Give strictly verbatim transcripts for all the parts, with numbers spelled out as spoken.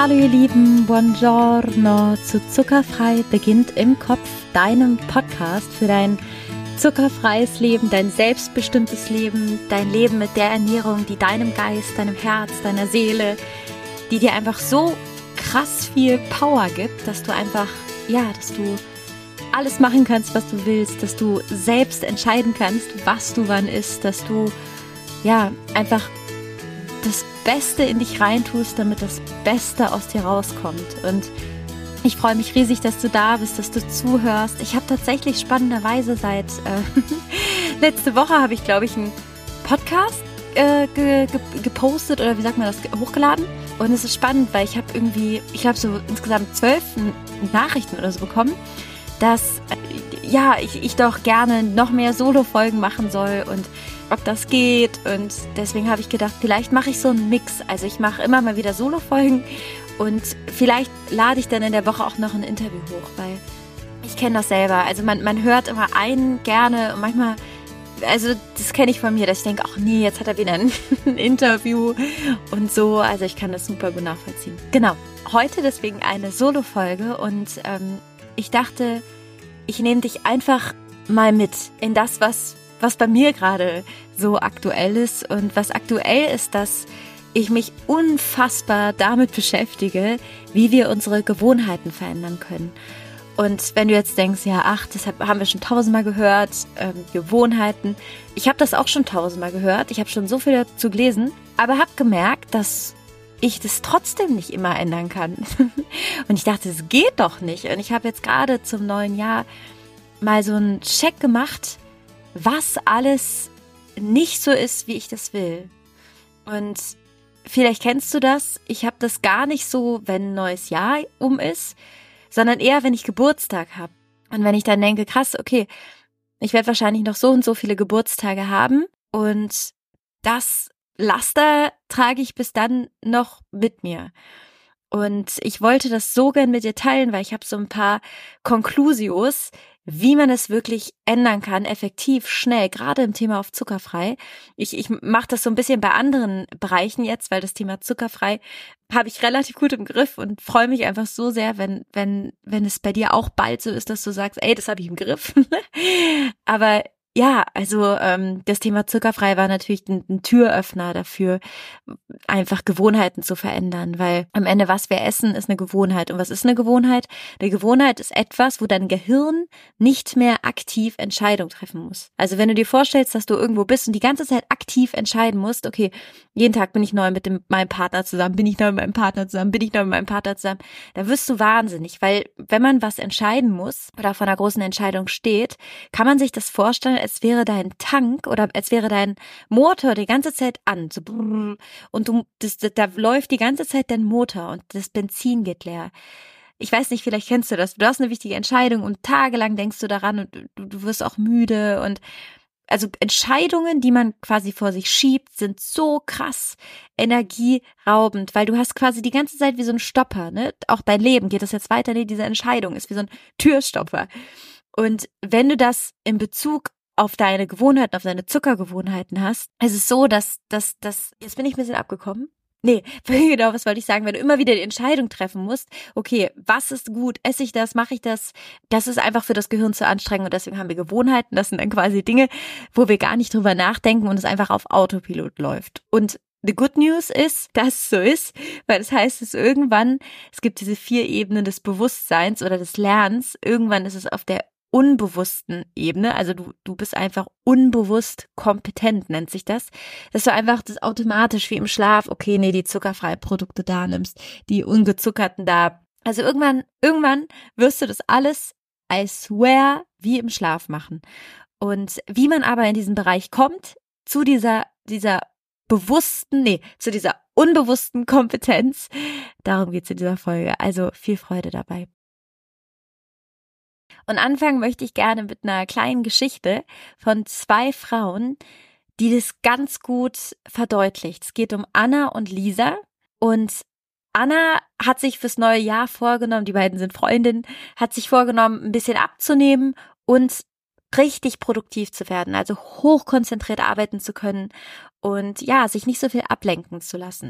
Hallo ihr Lieben, buongiorno zu Zuckerfrei beginnt im Kopf, deinem Podcast für dein zuckerfreies Leben, dein selbstbestimmtes Leben, dein Leben mit der Ernährung, die deinem Geist, deinem Herz, deiner Seele, die dir einfach so krass viel Power gibt, dass du einfach, ja, dass du alles machen kannst, was du willst, dass du selbst entscheiden kannst, was du wann isst, dass du, ja, einfach das Beste in dich reintust, damit das Beste aus dir rauskommt. Und ich freue mich riesig, dass du da bist, dass du zuhörst. Ich habe tatsächlich spannenderweise seit äh, letzte Woche habe ich, glaube ich, einen Podcast äh, ge, ge, gepostet oder wie sagt man das, hochgeladen. Und es ist spannend, weil ich habe irgendwie, ich glaube so insgesamt zwölf Nachrichten oder so bekommen, dass äh, ja, ich, ich doch gerne noch mehr Solo-Folgen machen soll und ob das geht. Und deswegen habe ich gedacht, vielleicht mache ich so einen Mix. Also ich mache immer mal wieder Solo-Folgen und vielleicht lade ich dann in der Woche auch noch ein Interview hoch, weil ich kenne das selber. Also man, man hört immer einen gerne und manchmal, also das kenne ich von mir, dass ich denke, ach nee, jetzt hat er wieder ein, ein Interview und so. Also ich kann das super gut nachvollziehen. Genau, heute deswegen eine Solo-Folge und ähm, ich dachte, ich nehme dich einfach mal mit in das, was, was bei mir gerade so aktuell ist. Und was aktuell ist, dass ich mich unfassbar damit beschäftige, wie wir unsere Gewohnheiten verändern können. Und wenn du jetzt denkst, ja, ach, das haben wir schon tausendmal gehört, ähm, Gewohnheiten. Ich habe das auch schon tausendmal gehört. Ich habe schon so viel dazu gelesen, aber habe gemerkt, dass ich das trotzdem nicht immer ändern kann. Und ich dachte, es geht doch nicht. Und ich habe jetzt gerade zum neuen Jahr mal so einen Check gemacht, was alles nicht so ist, wie ich das will. Und vielleicht kennst du das. Ich habe das gar nicht so, wenn ein neues Jahr um ist, sondern eher, wenn ich Geburtstag habe. Und wenn ich dann denke, krass, okay, ich werde wahrscheinlich noch so und so viele Geburtstage haben und das Laster trage ich bis dann noch mit mir. Und ich wollte das so gern mit dir teilen, weil ich habe so ein paar Conclusios, wie man es wirklich ändern kann, effektiv, schnell, gerade im Thema auf zuckerfrei. Ich, ich mache das so ein bisschen bei anderen Bereichen jetzt, weil das Thema zuckerfrei habe ich relativ gut im Griff und freue mich einfach so sehr, wenn wenn wenn es bei dir auch bald so ist, dass du sagst, ey, das habe ich im Griff. Aber ja, also ähm, das Thema zuckerfrei war natürlich ein, ein Türöffner dafür, einfach Gewohnheiten zu verändern, weil am Ende, was wir essen, ist eine Gewohnheit. Und was ist eine Gewohnheit? Eine Gewohnheit ist etwas, wo dein Gehirn nicht mehr aktiv Entscheidungen treffen muss. Also wenn du dir vorstellst, dass du irgendwo bist und die ganze Zeit aktiv entscheiden musst, okay, jeden Tag bin ich neu mit dem, meinem Partner zusammen, bin ich neu mit meinem Partner zusammen, bin ich neu mit meinem Partner zusammen, dann wirst du wahnsinnig, weil wenn man was entscheiden muss oder vor einer großen Entscheidung steht, kann man sich das vorstellen, als wäre dein Tank oder als wäre dein Motor die ganze Zeit an, so brrr, und du, das, da läuft die ganze Zeit dein Motor und das Benzin geht leer. Ich weiß nicht, vielleicht kennst du das. Du hast eine wichtige Entscheidung und tagelang denkst du daran und du, du wirst auch müde und also Entscheidungen, die man quasi vor sich schiebt, sind so krass energieraubend, weil du hast quasi die ganze Zeit wie so ein Stopper, ne? Auch dein Leben, geht das jetzt weiter? Nee, diese Entscheidung ist wie so ein Türstopper. Und wenn du das in Bezug auf deine Gewohnheiten, auf deine Zuckergewohnheiten hast, ist es so, dass, dass, dass, jetzt bin ich ein bisschen abgekommen. Nee, genau, was wollte ich sagen, wenn du immer wieder die Entscheidung treffen musst, okay, was ist gut, esse ich das, mache ich das, das ist einfach für das Gehirn zu anstrengend und deswegen haben wir Gewohnheiten, das sind dann quasi Dinge, wo wir gar nicht drüber nachdenken und es einfach auf Autopilot läuft. Und the good news ist, dass es so ist, weil das heißt, dass irgendwann, es gibt diese vier Ebenen des Bewusstseins oder des Lernens, irgendwann ist es auf der unbewussten Ebene, also du du bist einfach unbewusst kompetent, nennt sich das, dass du einfach das automatisch wie im Schlaf, okay, nee, die zuckerfreien Produkte da nimmst, die ungezuckerten da. Also irgendwann, irgendwann wirst du das alles, I swear, wie im Schlaf machen. Und wie man aber in diesen Bereich kommt, zu dieser, dieser bewussten, nee, zu dieser unbewussten Kompetenz, darum geht's in dieser Folge. Also viel Freude dabei. Und anfangen möchte ich gerne mit einer kleinen Geschichte von zwei Frauen, die das ganz gut verdeutlicht. Es geht um Anna und Lisa. Und Anna hat sich fürs neue Jahr vorgenommen, die beiden sind Freundinnen, hat sich vorgenommen, ein bisschen abzunehmen und richtig produktiv zu werden, also hochkonzentriert arbeiten zu können und ja, sich nicht so viel ablenken zu lassen.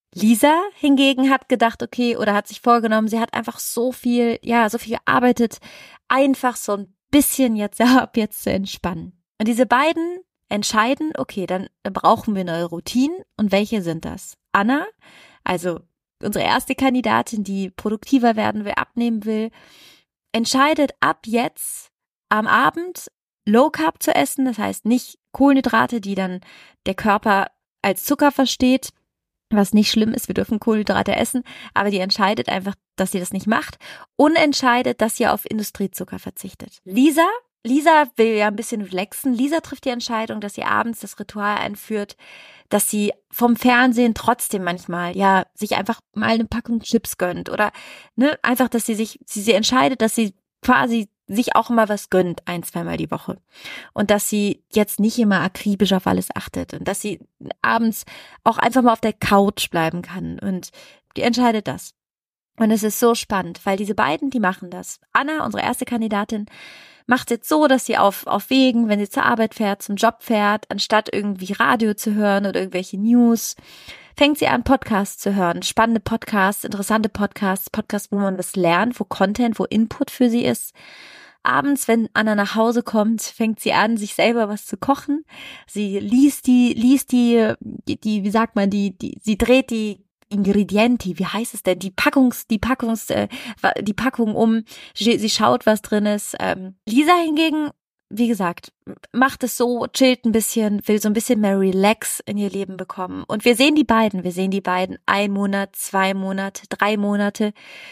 Lisa hingegen hat gedacht, okay, oder hat sich vorgenommen, sie hat einfach so viel, ja, so viel gearbeitet, einfach so ein bisschen jetzt, ja, ab jetzt zu entspannen. Und diese beiden entscheiden, okay, dann brauchen wir neue Routinen. Und welche sind das? Anna, also unsere erste Kandidatin, die produktiver werden will, abnehmen will, entscheidet ab jetzt am Abend Low Carb zu essen, das heißt nicht Kohlenhydrate, die dann der Körper als Zucker versteht, was nicht schlimm ist, wir dürfen Kohlenhydrate essen, aber die entscheidet einfach, dass sie das nicht macht und entscheidet, dass sie auf Industriezucker verzichtet. Lisa, Lisa will ja ein bisschen relaxen. Lisa trifft die Entscheidung, dass sie abends das Ritual einführt, dass sie vom Fernsehen trotzdem manchmal, ja, sich einfach mal eine Packung Chips gönnt oder, ne, einfach, dass sie sich, sie, sie entscheidet, dass sie quasi sich auch mal was gönnt, ein, zweimal die Woche. Und dass sie jetzt nicht immer akribisch auf alles achtet und dass sie abends auch einfach mal auf der Couch bleiben kann. Und die entscheidet das. Und es ist so spannend, weil diese beiden, die machen das. Anna, unsere erste Kandidatin, macht es jetzt so, dass sie auf, auf Wegen, wenn sie zur Arbeit fährt, zum Job fährt, anstatt irgendwie Radio zu hören oder irgendwelche News, fängt sie an, Podcasts zu hören. Spannende Podcasts, interessante Podcasts, Podcasts, wo man was lernt, wo Content, wo Input für sie ist. Abends, wenn Anna nach Hause kommt, fängt sie an, sich selber was zu kochen. Sie liest die, liest die, die, die wie sagt man, die, die, sie dreht die Ingredienti, wie heißt es denn? Die Packungs, die Packungs, äh, die Packung um. Sie, sie schaut, was drin ist. Ähm, Lisa hingegen, wie gesagt, macht es so, chillt ein bisschen, will so ein bisschen mehr Relax in ihr Leben bekommen. Und wir sehen die beiden, wir sehen die beiden ein Monat, zwei Monate, drei Monate.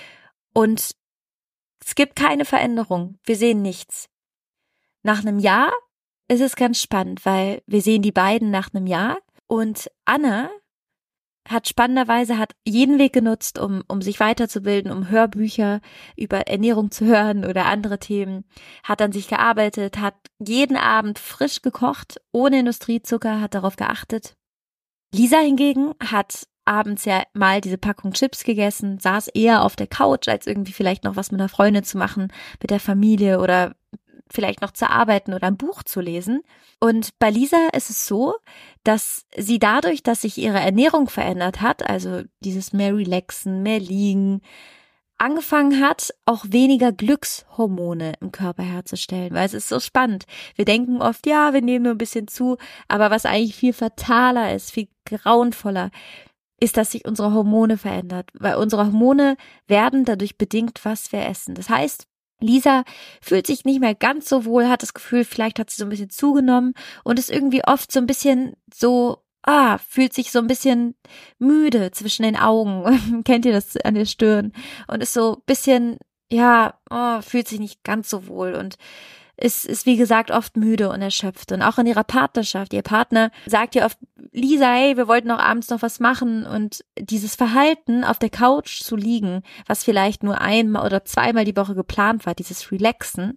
Und es gibt keine Veränderung. Wir sehen nichts. Nach einem Jahr ist es ganz spannend, weil wir sehen die beiden nach einem Jahr und Anna hat spannenderweise hat jeden Weg genutzt, um um sich weiterzubilden, um Hörbücher über Ernährung zu hören oder andere Themen, hat an sich gearbeitet, hat jeden Abend frisch gekocht, ohne Industriezucker, hat darauf geachtet. Lisa hingegen hat abends ja mal diese Packung Chips gegessen, saß eher auf der Couch, als irgendwie vielleicht noch was mit einer Freundin zu machen, mit der Familie oder vielleicht noch zu arbeiten oder ein Buch zu lesen. Und bei Lisa ist es so, dass sie dadurch, dass sich ihre Ernährung verändert hat, also dieses mehr Relaxen, mehr Liegen, angefangen hat, auch weniger Glückshormone im Körper herzustellen, weil es ist so spannend. Wir denken oft, ja, wir nehmen nur ein bisschen zu, aber was eigentlich viel fataler ist, viel grauenvoller, ist, dass sich unsere Hormone verändert, weil unsere Hormone werden dadurch bedingt, was wir essen. Das heißt, Lisa fühlt sich nicht mehr ganz so wohl, hat das Gefühl, vielleicht hat sie so ein bisschen zugenommen und ist irgendwie oft so ein bisschen so, ah, fühlt sich so ein bisschen müde zwischen den Augen. Kennt ihr das an der Stirn? Und ist so ein bisschen, ja, oh, fühlt sich nicht ganz so wohl und ist, ist wie gesagt oft müde und erschöpft. Und auch in ihrer Partnerschaft. Ihr Partner sagt ihr oft, Lisa, hey, wir wollten noch abends noch was machen. Und dieses Verhalten, auf der Couch zu liegen, was vielleicht nur einmal oder zweimal die Woche geplant war, dieses Relaxen,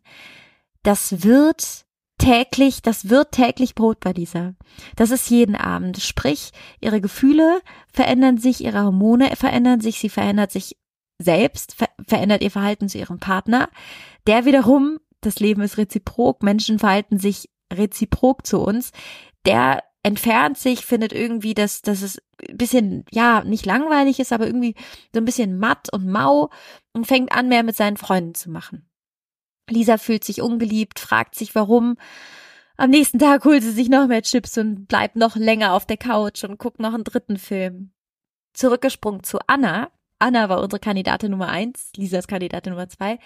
das wird täglich, das wird täglich Brot bei Lisa. Das ist jeden Abend. Sprich, ihre Gefühle verändern sich, ihre Hormone verändern sich, sie verändert sich selbst, ver- verändert ihr Verhalten zu ihrem Partner, der wiederum, das Leben ist reziprok, Menschen verhalten sich reziprok zu uns, der entfernt sich, findet irgendwie, dass, dass es ein bisschen, ja, nicht langweilig ist, aber irgendwie so ein bisschen matt und mau und fängt an, mehr mit seinen Freunden zu machen. Lisa fühlt sich ungeliebt, fragt sich, warum. Am nächsten Tag holt sie sich noch mehr Chips und bleibt noch länger auf der Couch und guckt noch einen dritten Film. Zurückgesprungen zu Anna. Anna war unsere Kandidatin Nummer eins, Lisa ist Kandidatin Nummer zwei.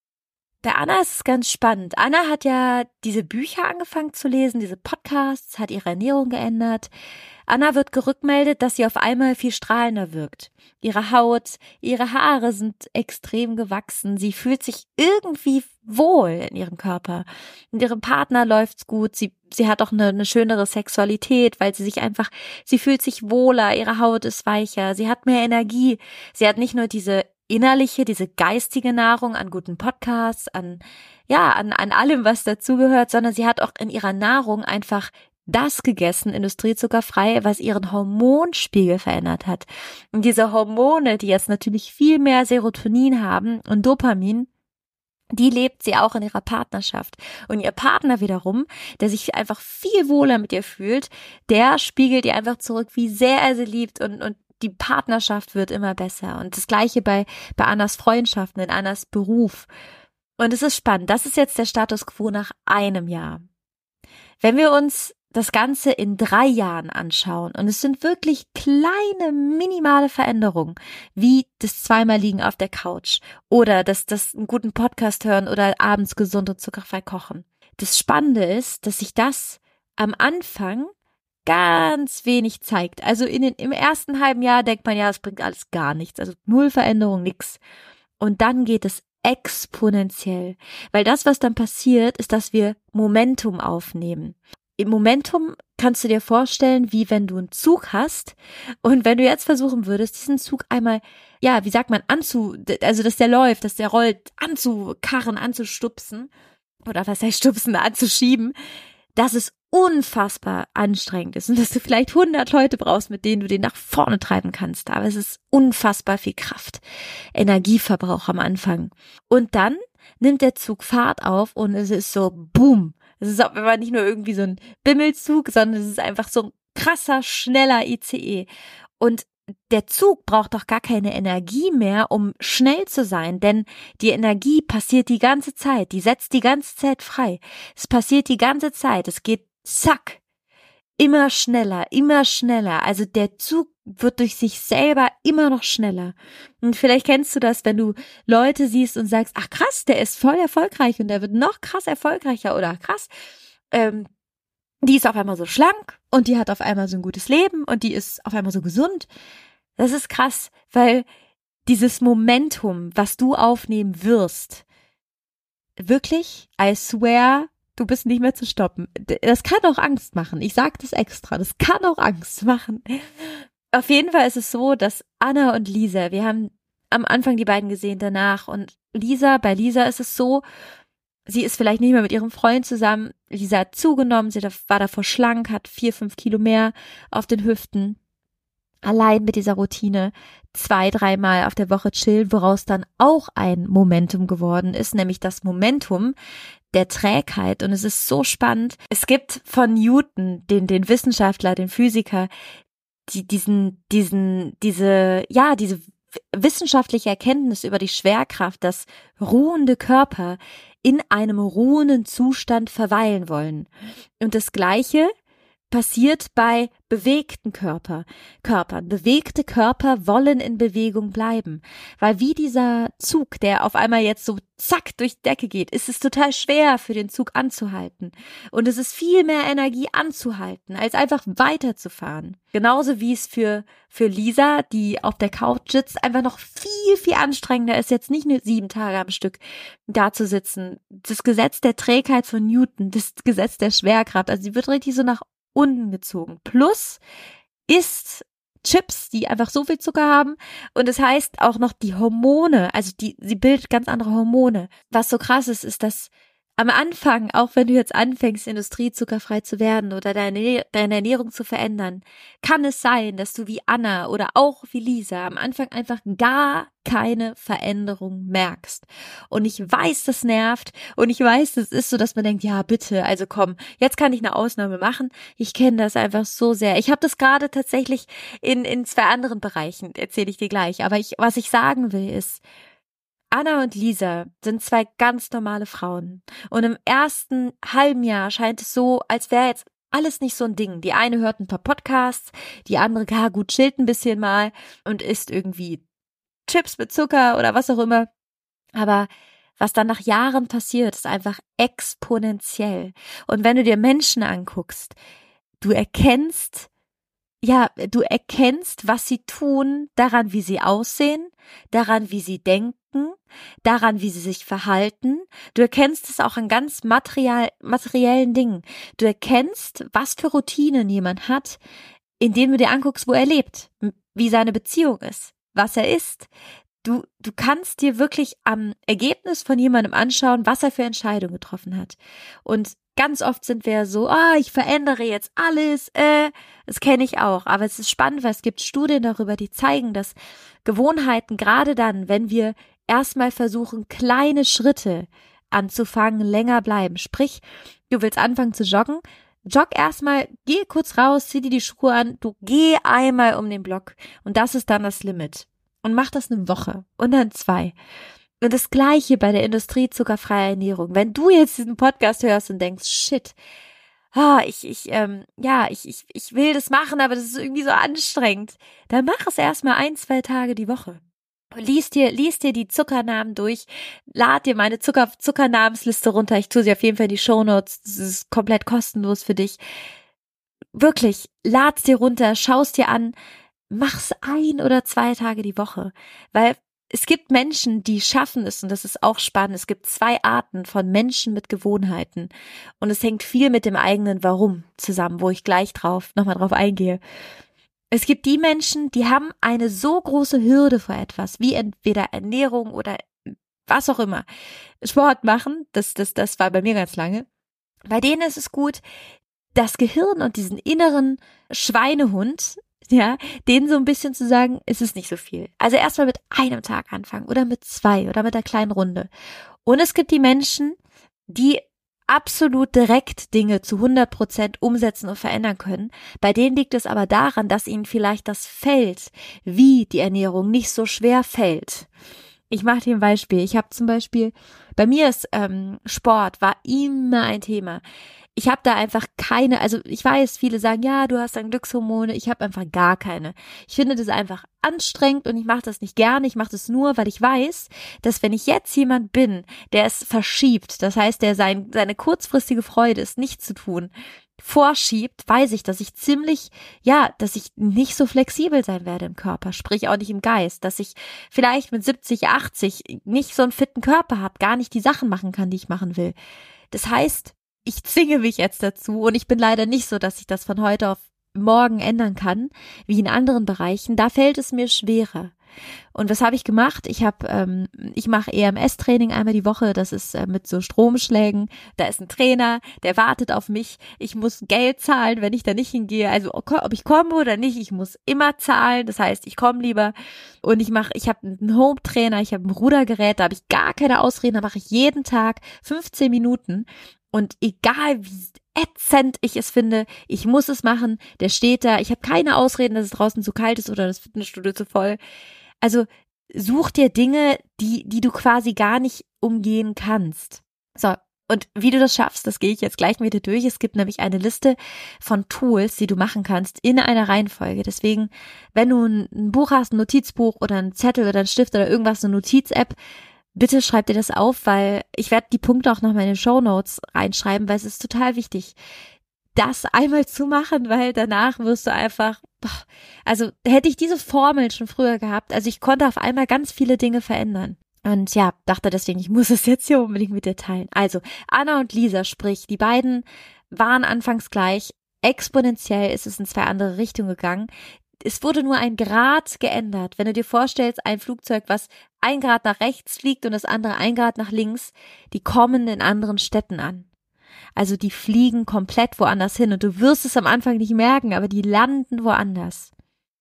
Bei Anna ist es ganz spannend. Anna hat ja diese Bücher angefangen zu lesen, diese Podcasts, hat ihre Ernährung geändert. Anna wird gerückmeldet, dass sie auf einmal viel strahlender wirkt. Ihre Haut, ihre Haare sind extrem gewachsen. Sie fühlt sich irgendwie wohl in ihrem Körper. Mit ihrem Partner läuft's gut. Sie, sie hat auch eine, eine schönere Sexualität, weil sie sich einfach, sie fühlt sich wohler. Ihre Haut ist weicher. Sie hat mehr Energie. Sie hat nicht nur diese innerliche, diese geistige Nahrung an guten Podcasts, an, ja, an, an allem, was dazugehört, sondern sie hat auch in ihrer Nahrung einfach das gegessen, industriezuckerfrei, was ihren Hormonspiegel verändert hat. Und diese Hormone, die jetzt natürlich viel mehr Serotonin haben und Dopamin, die lebt sie auch in ihrer Partnerschaft. Und ihr Partner wiederum, der sich einfach viel wohler mit ihr fühlt, der spiegelt ihr einfach zurück, wie sehr er sie liebt und, und die Partnerschaft wird immer besser. Und das Gleiche bei, bei Annas Freundschaften, in Annas Beruf. Und es ist spannend. Das ist jetzt der Status quo nach einem Jahr. Wenn wir uns das Ganze in drei Jahren anschauen und es sind wirklich kleine, minimale Veränderungen, wie das zweimal liegen auf der Couch oder das, das einen guten Podcast hören oder abends gesund und zuckerfrei kochen. Das Spannende ist, dass sich das am Anfang ganz wenig zeigt. Also in den, im ersten halben Jahr denkt man, ja, es bringt alles gar nichts. Also null Veränderung, nix. Und dann geht es exponentiell. Weil das, was dann passiert, ist, dass wir Momentum aufnehmen. Im Momentum kannst du dir vorstellen, wie wenn du einen Zug hast und wenn du jetzt versuchen würdest, diesen Zug einmal, ja, wie sagt man, anzu, also dass der läuft, dass der rollt, anzukarren, anzustupsen oder was heißt stupsen, anzuschieben, dass es unfassbar anstrengend ist und dass du vielleicht hundert Leute brauchst, mit denen du den nach vorne treiben kannst. Aber es ist unfassbar viel Kraft, Energieverbrauch am Anfang. Und dann nimmt der Zug Fahrt auf und es ist so boom. Es ist aber nicht nur irgendwie so ein Bimmelzug, sondern es ist einfach so ein krasser, schneller I C E. Und der Zug braucht doch gar keine Energie mehr, um schnell zu sein, denn die Energie passiert die ganze Zeit, die setzt die ganze Zeit frei. Es passiert die ganze Zeit, es geht zack, immer schneller, immer schneller. Also der Zug wird durch sich selber immer noch schneller. Und vielleicht kennst du das, wenn du Leute siehst und sagst, ach krass, der ist voll erfolgreich und der wird noch krass erfolgreicher oder krass, ähm, die ist auf einmal so schlank und die hat auf einmal so ein gutes Leben und die ist auf einmal so gesund. Das ist krass, weil dieses Momentum, was du aufnehmen wirst, wirklich, I swear, du bist nicht mehr zu stoppen. Das kann auch Angst machen. Ich sage das extra. Das kann auch Angst machen. Auf jeden Fall ist es so, dass Anna und Lisa, wir haben am Anfang die beiden gesehen, danach. Und Lisa, bei Lisa ist es so, sie ist vielleicht nicht mehr mit ihrem Freund zusammen. Lisa hat zugenommen, sie war davor schlank, hat vier, fünf Kilo mehr auf den Hüften. Allein mit dieser Routine zwei, dreimal auf der Woche chillen, woraus dann auch ein Momentum geworden ist, nämlich das Momentum der Trägheit. Und es ist so spannend. Es gibt von Newton, den, den Wissenschaftler, den Physiker, die, diesen, diesen, diese, ja, diese wissenschaftliche Erkenntnis über die Schwerkraft, dass ruhende Körper in einem ruhenden Zustand verweilen wollen. Und das Gleiche passiert bei bewegten Körper, Körpern. Bewegte Körper wollen in Bewegung bleiben, weil wie dieser Zug, der auf einmal jetzt so zack durch die Decke geht, ist es total schwer für den Zug anzuhalten. Und es ist viel mehr Energie anzuhalten, als einfach weiterzufahren. Genauso wie es für, für Lisa, die auf der Couch sitzt, einfach noch viel, viel anstrengender ist, jetzt nicht nur sieben Tage am Stück da zu sitzen. Das Gesetz der Trägheit von Newton, das Gesetz der Schwerkraft, also sie wird richtig so nach unten gezogen. Plus isst Chips, die einfach so viel Zucker haben und das heißt auch noch die Hormone, also die, sie bildet ganz andere Hormone. Was so krass ist, ist, dass am Anfang, auch wenn du jetzt anfängst, industriezuckerfrei zu werden oder deine, deine Ernährung zu verändern, kann es sein, dass du wie Anna oder auch wie Lisa am Anfang einfach gar keine Veränderung merkst. Und ich weiß, das nervt und ich weiß, das ist so, dass man denkt, ja bitte, also komm, jetzt kann ich eine Ausnahme machen. Ich kenne das einfach so sehr. Ich habe das gerade tatsächlich in, in zwei anderen Bereichen, erzähle ich dir gleich. Aber ich, was ich sagen will ist, Anna und Lisa sind zwei ganz normale Frauen. Und im ersten halben Jahr scheint es so, als wäre jetzt alles nicht so ein Ding. Die eine hört ein paar Podcasts, die andere, ja gut, chillt ein bisschen mal und isst irgendwie Chips mit Zucker oder was auch immer. Aber was dann nach Jahren passiert, ist einfach exponentiell. Und wenn du dir Menschen anguckst, du erkennst, ja, du erkennst, was sie tun, daran, wie sie aussehen, daran, wie sie denken, daran, wie sie sich verhalten. Du erkennst es auch an ganz material, materiellen Dingen. Du erkennst, was für Routinen jemand hat, indem du dir anguckst, wo er lebt, wie seine Beziehung ist, was er isst. Du, du kannst dir wirklich am Ergebnis von jemandem anschauen, was er für Entscheidungen getroffen hat. Und ganz oft sind wir so, ah, ich verändere jetzt alles, äh, das kenne ich auch. Aber es ist spannend, weil es gibt Studien darüber, die zeigen, dass Gewohnheiten, gerade dann, wenn wir erstmal versuchen, kleine Schritte anzufangen, länger bleiben. Sprich, du willst anfangen zu joggen, jogg erstmal, geh kurz raus, zieh dir die Schuhe an, du geh einmal um den Block und das ist dann das Limit. Und mach das eine Woche und dann zwei. Und das Gleiche bei der Industrie zuckerfreier Ernährung. Wenn du jetzt diesen Podcast hörst und denkst, shit, ah, ich, ich, ähm, ja, ich, ich, ich will das machen, aber das ist irgendwie so anstrengend, dann mach es erstmal ein, zwei Tage die Woche. Lies dir, lies dir die Zuckernamen durch, lad dir meine Zucker, Zuckernamensliste runter, ich tue sie auf jeden Fall in die Shownotes, das ist komplett kostenlos für dich. Wirklich, lad's dir runter, schau's dir an, mach's ein oder zwei Tage die Woche, weil es gibt Menschen, die schaffen es, und das ist auch spannend, es gibt zwei Arten von Menschen mit Gewohnheiten und es hängt viel mit dem eigenen Warum zusammen, wo ich gleich drauf, nochmal drauf eingehe. Es gibt die Menschen, die haben eine so große Hürde vor etwas, wie entweder Ernährung oder was auch immer, Sport machen, das, das, das war bei mir ganz lange. Bei denen ist es gut, das Gehirn und diesen inneren Schweinehund, ja, denen so ein bisschen zu sagen, es ist nicht so viel. Also erstmal mit einem Tag anfangen oder mit zwei oder mit einer kleinen Runde. Und es gibt die Menschen, die absolut direkt Dinge zu hundert Prozent umsetzen und verändern können. Bei denen liegt es aber daran, dass ihnen vielleicht das Feld, wie die Ernährung, nicht so schwer fällt. Ich mache dir ein Beispiel. Ich habe zum Beispiel, bei mir ist ähm, Sport, war immer ein Thema. Ich habe da einfach keine, also ich weiß, viele sagen, ja, du hast dann Glückshormone, ich habe einfach gar keine. Ich finde das einfach anstrengend und ich mache das nicht gerne, ich mache das nur, weil ich weiß, dass wenn ich jetzt jemand bin, der es verschiebt, das heißt, der sein, seine kurzfristige Freude ist, nichts zu tun, vorschiebt, weiß ich, dass ich ziemlich, ja, dass ich nicht so flexibel sein werde im Körper, sprich auch nicht im Geist, dass ich vielleicht mit siebzig, achtzig nicht so einen fitten Körper habe, gar nicht die Sachen machen kann, die ich machen will. Das heißt, ich zwinge mich jetzt dazu und ich bin leider nicht so, dass ich das von heute auf morgen ändern kann, wie in anderen Bereichen. Da fällt es mir schwerer. Und was habe ich gemacht? Ich habe, ähm, ich mache E M S-Training einmal die Woche. Das ist äh, mit so Stromschlägen. Da ist ein Trainer, der wartet auf mich. Ich muss Geld zahlen, wenn ich da nicht hingehe. Also ob ich komme oder nicht, ich muss immer zahlen. Das heißt, ich komme lieber. Und ich mache, ich habe einen Home-Trainer, ich habe ein Rudergerät. Da habe ich gar keine Ausreden. Da mache ich jeden Tag fünfzehn Minuten. Und egal wie ätzend ich es finde, ich muss es machen, der steht da, ich habe keine Ausreden, dass es draußen zu kalt ist oder das Fitnessstudio zu voll. Also such dir Dinge, die die du quasi gar nicht umgehen kannst. So, und wie du das schaffst, das gehe ich jetzt gleich mit dir durch. Es gibt nämlich eine Liste von Tools, die du machen kannst in einer Reihenfolge. Deswegen, wenn du ein, ein Buch hast, ein Notizbuch oder ein Zettel oder ein Stift oder irgendwas, eine Notiz-App, bitte schreib dir das auf, weil ich werde die Punkte auch nochmal in den Shownotes reinschreiben, weil es ist total wichtig, das einmal zu machen, weil danach wirst du einfach, also hätte ich diese Formel schon früher gehabt, also ich konnte auf einmal ganz viele Dinge verändern. Und ja, dachte deswegen, ich muss es jetzt hier unbedingt mit dir teilen. Also Anna und Lisa, sprich, die beiden waren anfangs gleich, exponentiell ist es in zwei andere Richtungen gegangen. Es wurde nur ein Grad geändert. Wenn du dir vorstellst, ein Flugzeug, was ein Grad nach rechts fliegt und das andere ein Grad nach links, die kommen in anderen Städten an. Also die fliegen komplett woanders hin und du wirst es am Anfang nicht merken, aber die landen woanders.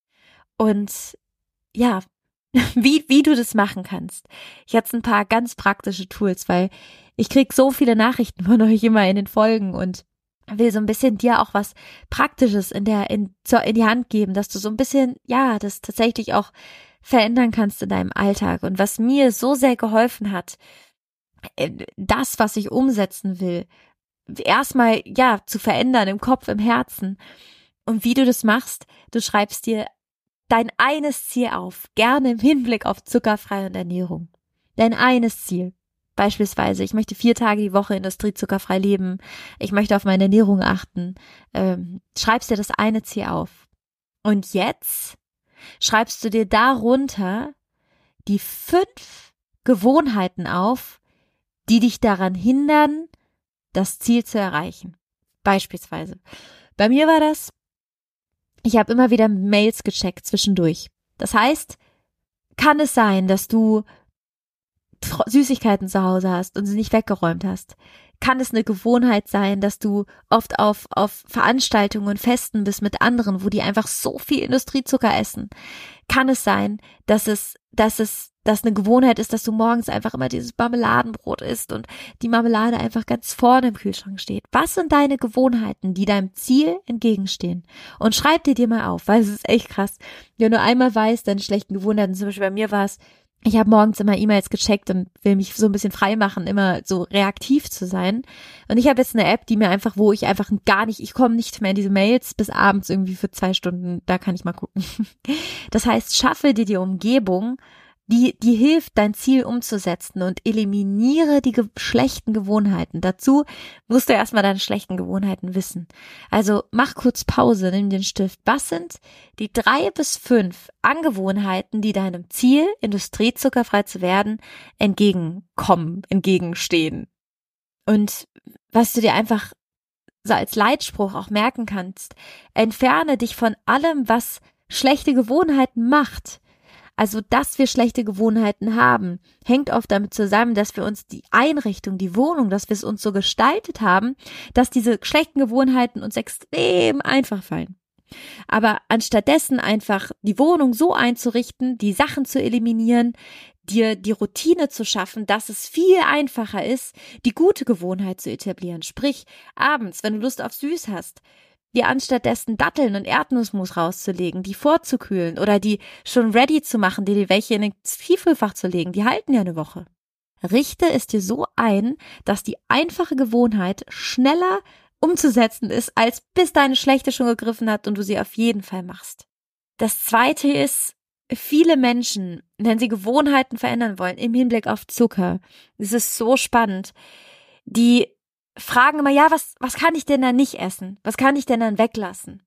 Und ja, wie, wie du das machen kannst. Ich hatte ein paar ganz praktische Tools, weil ich krieg so viele Nachrichten von euch immer in den Folgen und will so ein bisschen dir auch was Praktisches in der in, in die Hand geben, dass du so ein bisschen, ja, das tatsächlich auch verändern kannst in deinem Alltag. Und was mir so sehr geholfen hat, das, was ich umsetzen will, erstmal, ja, zu verändern im Kopf, im Herzen. Und wie du das machst, du schreibst dir dein eines Ziel auf, gerne im Hinblick auf zuckerfreie Ernährung. Dein eines Ziel. Beispielsweise, ich möchte vier Tage die Woche industriezuckerfrei leben, ich möchte auf meine Ernährung achten. Ähm, schreibst dir das eine Ziel auf. Und jetzt schreibst du dir darunter die fünf Gewohnheiten auf, die dich daran hindern, das Ziel zu erreichen. Beispielsweise. Bei mir war das, ich habe immer wieder Mails gecheckt zwischendurch. Das heißt, kann es sein, dass du Süßigkeiten zu Hause hast und sie nicht weggeräumt hast? Kann es eine Gewohnheit sein, dass du oft auf auf Veranstaltungen und Festen bist mit anderen, wo die einfach so viel Industriezucker essen? Kann es sein, dass es dass es das eine Gewohnheit ist, dass du morgens einfach immer dieses Marmeladenbrot isst und die Marmelade einfach ganz vorne im Kühlschrank steht. Was sind deine Gewohnheiten, die deinem Ziel entgegenstehen? Und schreib dir dir mal auf, weil es ist echt krass. Wenn du einmal weißt, deine schlechten Gewohnheiten, zum Beispiel bei mir war es, ich habe morgens immer E-Mails gecheckt und will mich so ein bisschen frei machen, immer so reaktiv zu sein. Und ich habe jetzt eine App, die mir einfach, wo ich einfach gar nicht, ich komme nicht mehr in diese Mails bis abends irgendwie für zwei Stunden, da kann ich mal gucken. Das heißt, schaffe dir die Umgebung, die, die hilft, dein Ziel umzusetzen und eliminiere die ge- schlechten Gewohnheiten. Dazu musst du erstmal deine schlechten Gewohnheiten wissen. Also mach kurz Pause, nimm den Stift. Was sind die drei bis fünf Angewohnheiten, die deinem Ziel, industriezuckerfrei zu werden, entgegenkommen, entgegenstehen? Und was du dir einfach so als Leitspruch auch merken kannst, entferne dich von allem, was schlechte Gewohnheiten macht. Also, dass wir schlechte Gewohnheiten haben, hängt oft damit zusammen, dass wir uns die Einrichtung, die Wohnung, dass wir es uns so gestaltet haben, dass diese schlechten Gewohnheiten uns extrem einfach fallen. Aber anstattdessen einfach die Wohnung so einzurichten, die Sachen zu eliminieren, dir die Routine zu schaffen, dass es viel einfacher ist, die gute Gewohnheit zu etablieren. Sprich, abends, wenn du Lust auf Süß hast, dir anstattdessen Datteln und Erdnussmus rauszulegen, die vorzukühlen oder die schon ready zu machen, dir die welche in ein Tiefkühlfach zu legen, die halten ja eine Woche. Richte es dir so ein, dass die einfache Gewohnheit schneller umzusetzen ist, als bis deine schlechte schon gegriffen hat und du sie auf jeden Fall machst. Das zweite ist, viele Menschen, wenn sie Gewohnheiten verändern wollen im Hinblick auf Zucker, das ist so spannend, die fragen immer, ja, was, was kann ich denn dann nicht essen? Was kann ich denn dann weglassen?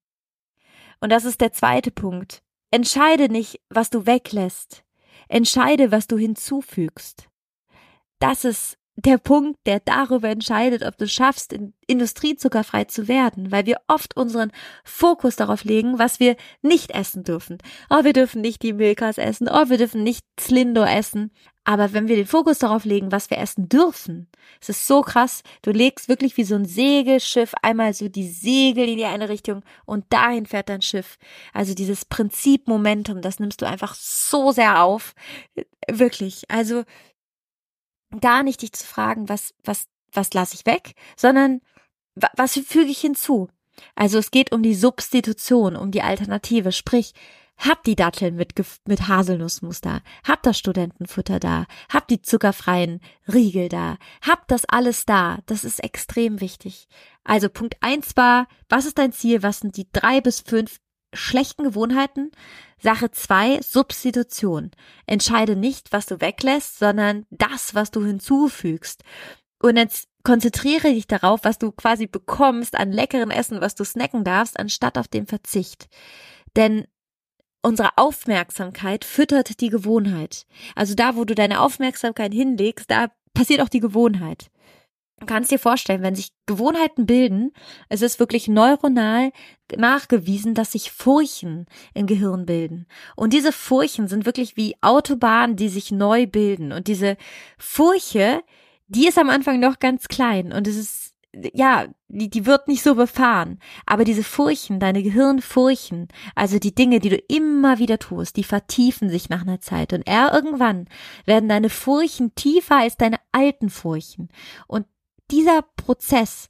Und das ist der zweite Punkt. Entscheide nicht, was du weglässt. Entscheide, was du hinzufügst. Das ist der Punkt, der darüber entscheidet, ob du es schaffst, in industriezuckerfrei zu werden, weil wir oft unseren Fokus darauf legen, was wir nicht essen dürfen. Oh, wir dürfen nicht die Milkas essen, oh, wir dürfen nicht Slindo essen. Aber wenn wir den Fokus darauf legen, was wir essen dürfen, es ist so krass, du legst wirklich wie so ein Segelschiff einmal so die Segel in die eine Richtung und dahin fährt dein Schiff. Also dieses Prinzip Momentum, das nimmst du einfach so sehr auf. Wirklich, also gar nicht dich zu fragen, was, was, was lasse ich weg, sondern was füge ich hinzu? Also es geht um die Substitution, um die Alternative, sprich, hab die Datteln mit, mit Haselnussmus da, hab das Studentenfutter da, hab die zuckerfreien Riegel da, hab das alles da, das ist extrem wichtig. Also Punkt eins war, was ist dein Ziel, was sind die drei bis fünf schlechten Gewohnheiten? Sache zwei, Substitution. Entscheide nicht, was du weglässt, sondern das, was du hinzufügst. Und jetzt konzentriere dich darauf, was du quasi bekommst an leckeren Essen, was du snacken darfst, anstatt auf den Verzicht. Denn unsere Aufmerksamkeit füttert die Gewohnheit. Also da, wo du deine Aufmerksamkeit hinlegst, da passiert auch die Gewohnheit. Du kannst dir vorstellen, wenn sich Gewohnheiten bilden, es ist wirklich neuronal nachgewiesen, dass sich Furchen im Gehirn bilden. Und diese Furchen sind wirklich wie Autobahnen, die sich neu bilden. Und diese Furche, die ist am Anfang noch ganz klein und es ist, ja, die, die wird nicht so befahren. Aber diese Furchen, deine Gehirnfurchen, also die Dinge, die du immer wieder tust, die vertiefen sich nach einer Zeit. Und irgendwann werden deine Furchen tiefer als deine alten Furchen. Und dieser Prozess,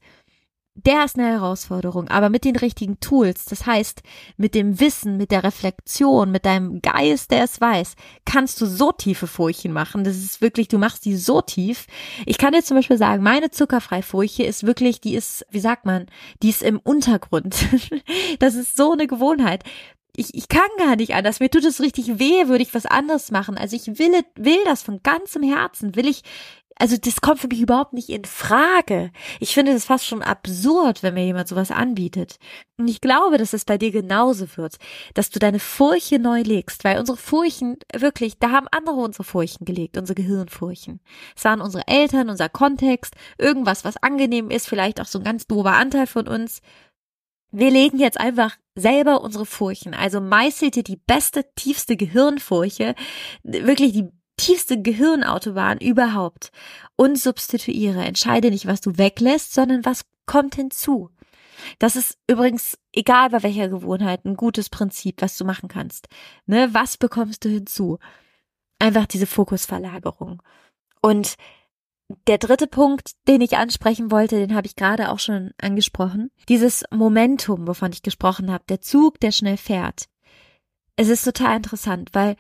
der ist eine Herausforderung, aber mit den richtigen Tools, das heißt, mit dem Wissen, mit der Reflexion, mit deinem Geist, der es weiß, kannst du so tiefe Furchen machen. Das ist wirklich, du machst die so tief. Ich kann dir zum Beispiel sagen, meine Zuckerfrei-Furche ist wirklich, die ist, wie sagt man, die ist im Untergrund. Das ist so eine Gewohnheit. Ich, ich kann gar nicht anders. Mir tut es richtig weh, würde ich was anderes machen. Also ich will, will das von ganzem Herzen, will ich. Also das kommt für mich überhaupt nicht in Frage. Ich finde das fast schon absurd, wenn mir jemand sowas anbietet. Und ich glaube, dass es bei dir genauso wird, dass du deine Furche neu legst, weil unsere Furchen, wirklich, da haben andere unsere Furchen gelegt, unsere Gehirnfurchen. Es waren unsere Eltern, unser Kontext, irgendwas, was angenehm ist, vielleicht auch so ein ganz dober Anteil von uns. Wir legen jetzt einfach selber unsere Furchen, also meißelt dir die beste, tiefste Gehirnfurche, wirklich die tiefste Gehirnautobahn überhaupt und substituiere. Entscheide nicht, was du weglässt, sondern was kommt hinzu. Das ist übrigens, egal bei welcher Gewohnheit, ein gutes Prinzip, was du machen kannst. Ne? Was bekommst du hinzu? Einfach diese Fokusverlagerung. Und der dritte Punkt, den ich ansprechen wollte, den habe ich gerade auch schon angesprochen. Dieses Momentum, wovon ich gesprochen habe, der Zug, der schnell fährt. Es ist total interessant, weil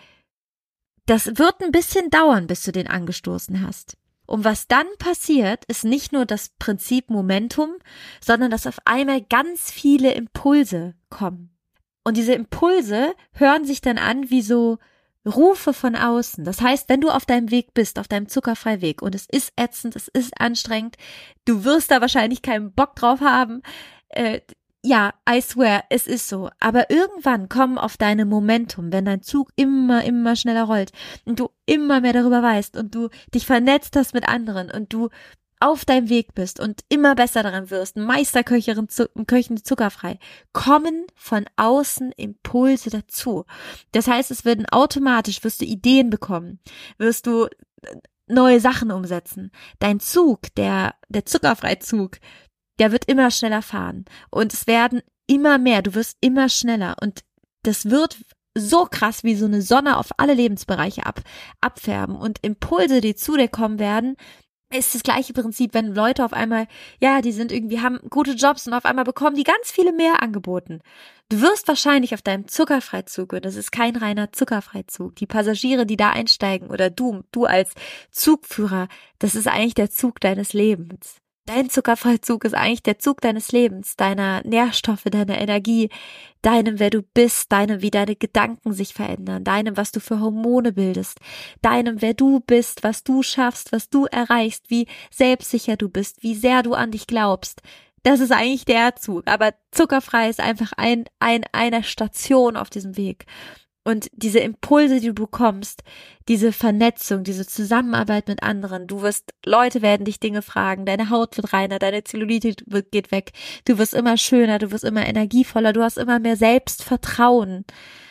das wird ein bisschen dauern, bis du den angestoßen hast. Und was dann passiert, ist nicht nur das Prinzip Momentum, sondern dass auf einmal ganz viele Impulse kommen. Und diese Impulse hören sich dann an wie so Rufe von außen. Das heißt, wenn du auf deinem Weg bist, auf deinem zuckerfreien Weg und es ist ätzend, es ist anstrengend, du wirst da wahrscheinlich keinen Bock drauf haben. Äh, ja, I swear, es ist so. Aber irgendwann kommen auf deine Momentum, wenn dein Zug immer, immer schneller rollt und du immer mehr darüber weißt und du dich vernetzt hast mit anderen und du auf deinem Weg bist und immer besser daran wirst, Meisterköcherin, Köchin zuckerfrei, kommen von außen Impulse dazu. Das heißt, es werden automatisch, wirst du Ideen bekommen, wirst du neue Sachen umsetzen. Dein Zug, der, der Zuckerfreizug, der wird immer schneller fahren und es werden immer mehr, du wirst immer schneller und das wird so krass wie so eine Sonne auf alle Lebensbereiche ab, abfärben und Impulse, die zu dir kommen werden, ist das gleiche Prinzip, wenn Leute auf einmal, ja, die sind irgendwie, haben gute Jobs und auf einmal bekommen die ganz viele mehr angeboten. Du wirst wahrscheinlich auf deinem Zuckerfreizug, und das ist kein reiner Zuckerfreizug, die Passagiere, die da einsteigen oder du, du als Zugführer, das ist eigentlich der Zug deines Lebens. Dein Zuckerfreizug ist eigentlich der Zug deines Lebens, deiner Nährstoffe, deiner Energie, deinem, wer du bist, deinem, wie deine Gedanken sich verändern, deinem, was du für Hormone bildest, deinem, wer du bist, was du schaffst, was du erreichst, wie selbstsicher du bist, wie sehr du an dich glaubst. Das ist eigentlich der Zug, aber zuckerfrei ist einfach ein, ein, eine Station auf diesem Weg. Und diese Impulse, die du bekommst, diese Vernetzung, diese Zusammenarbeit mit anderen, du wirst, Leute werden dich Dinge fragen, deine Haut wird reiner, deine Zellulite wird, geht weg, du wirst immer schöner, du wirst immer energievoller, du hast immer mehr Selbstvertrauen.